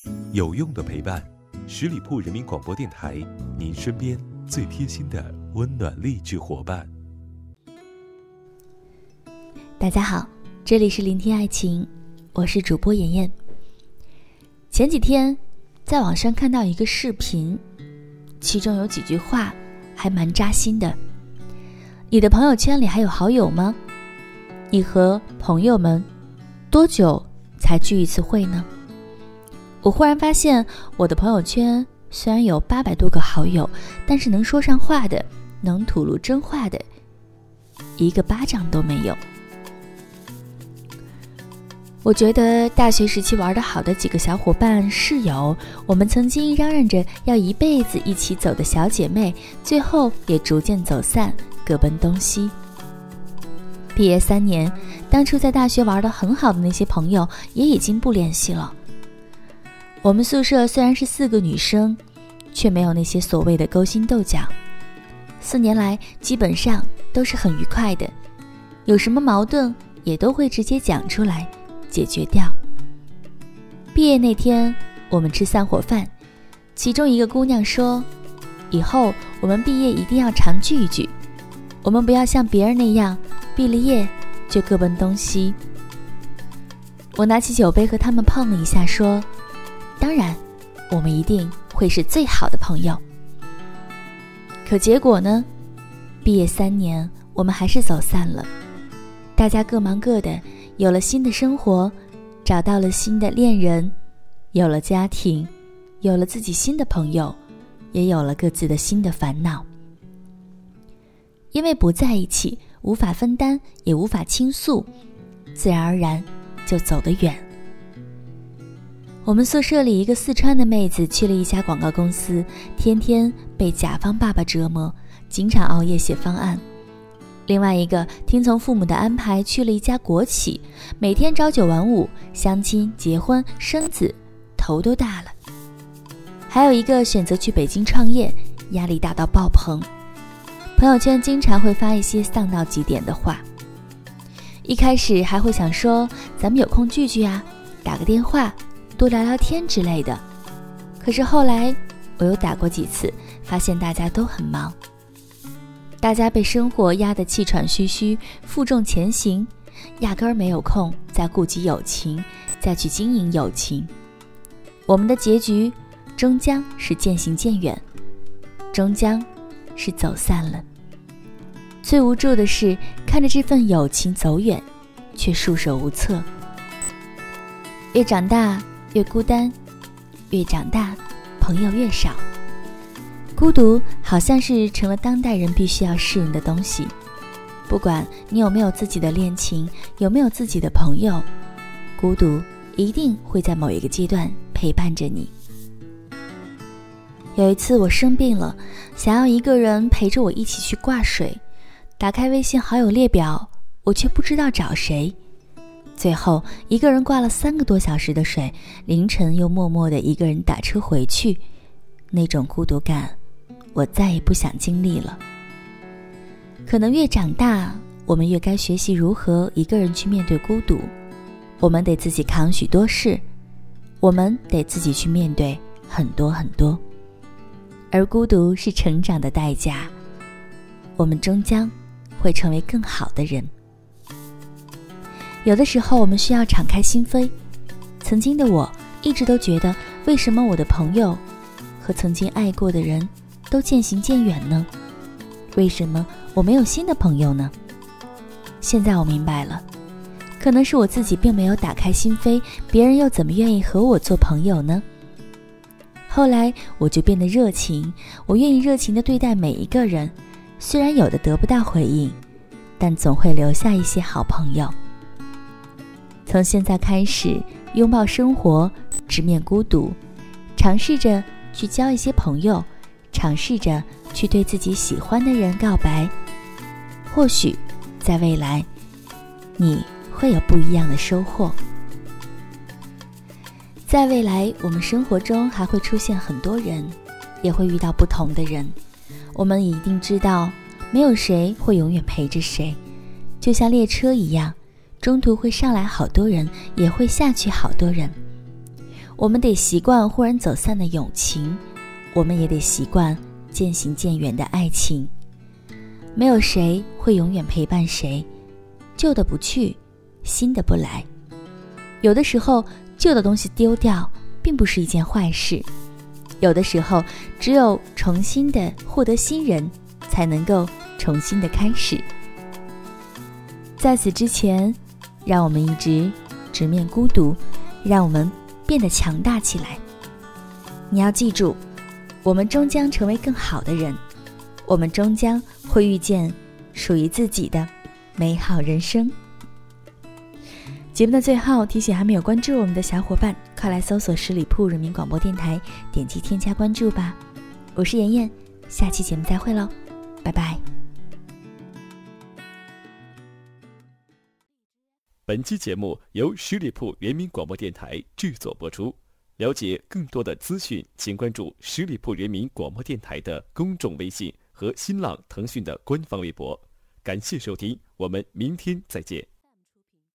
有用的陪伴，十里铺人民广播电台，您身边最贴心的温暖励志伙伴。 大家好，这里是聆听爱情，我是主播妍妍。前几天在网上看到一个视频，其中有几句话还蛮扎心的。你的朋友圈里还有好友吗？你和朋友们多久才聚一次会呢？我忽然发现，我的朋友圈虽然有800多个好友，但是能说上话的，能吐露真话的，一个巴掌都没有。我觉得大学时期玩得好的几个小伙伴、室友，我们曾经嚷嚷着要一辈子一起走的小姐妹，最后也逐渐走散，各奔东西。毕业3年，当初在大学玩得很好的那些朋友也已经不联系了。我们宿舍虽然是4个女生，却没有那些所谓的勾心斗角。4年来基本上都是很愉快的，有什么矛盾也都会直接讲出来解决掉。毕业那天我们吃散伙饭，其中一个姑娘说，以后我们毕业一定要常聚一聚，我们不要像别人那样毕了业就各奔东西。我拿起酒杯和他们碰了一下，说，当然我们一定会是最好的朋友。可结果呢，毕业3年我们还是走散了，大家各忙各的，有了新的生活，找到了新的恋人，有了家庭，有了自己新的朋友，也有了各自的新的烦恼。因为不在一起，无法分担，也无法倾诉，自然而然就走得远。我们宿舍里一个四川的妹子去了一家广告公司，天天被甲方爸爸折磨，经常熬夜写方案。另外一个听从父母的安排去了一家国企，每天朝9晚5，相亲、结婚、生子，头都大了。还有一个选择去北京创业，压力大到爆棚，朋友圈经常会发一些丧到极点的话。一开始还会想说，咱们有空聚聚啊，打个电话，多聊聊天之类的。可是后来我又打过几次，发现大家都很忙，大家被生活压得气喘吁吁，负重前行，压根儿没有空再顾及友情，再去经营友情。我们的结局终将是渐行渐远，终将是走散了。最无助的是看着这份友情走远，却束手无策。越长大越孤单，越长大朋友越少。孤独好像是成了当代人必须要适应的东西。不管你有没有自己的恋情，有没有自己的朋友，孤独一定会在某一个阶段陪伴着你。有一次我生病了，想要一个人陪着我一起去挂水，打开微信好友列表，我却不知道找谁。最后一个人挂了3个多小时的水，凌晨又默默地一个人打车回去，那种孤独感我再也不想经历了。可能越长大，我们越该学习如何一个人去面对孤独。我们得自己扛许多事，我们得自己去面对很多很多。而孤独是成长的代价，我们终将会成为更好的人。有的时候我们需要敞开心扉。曾经的我一直都觉得，为什么我的朋友和曾经爱过的人都渐行渐远呢？为什么我没有新的朋友呢？现在我明白了，可能是我自己并没有打开心扉，别人又怎么愿意和我做朋友呢？后来我就变得热情，我愿意热情地对待每一个人，虽然有的得不到回应，但总会留下一些好朋友。从现在开始，拥抱生活，直面孤独，尝试着去交一些朋友，尝试着去对自己喜欢的人告白。或许在未来你会有不一样的收获。在未来我们生活中还会出现很多人，也会遇到不同的人。我们一定知道，没有谁会永远陪着谁，就像列车一样，中途会上来好多人，也会下去好多人。 我们得习惯忽然走散的友情，我们也得习惯渐行渐远的爱情。没有谁会永远陪伴谁，旧的不去，新的不来。有的时候，旧的东西丢掉并不是一件坏事，有的时候，只有重新的获得新人，才能够重新的开始。在此之前，让我们一直直面孤独，让我们变得强大起来。你要记住，我们终将成为更好的人，我们终将会遇见属于自己的美好人生。节目的最后，提醒还没有关注我们的小伙伴，快来搜索十里铺人民广播电台，点击添加关注吧。我是妍妍，下期节目再会喽，拜拜。 本期节目由十里铺人民广播电台制作播出。了解更多的资讯，请关注十里铺人民广播电台的公众微信和新浪、腾讯的官方微博。感谢收听，我们明天再见。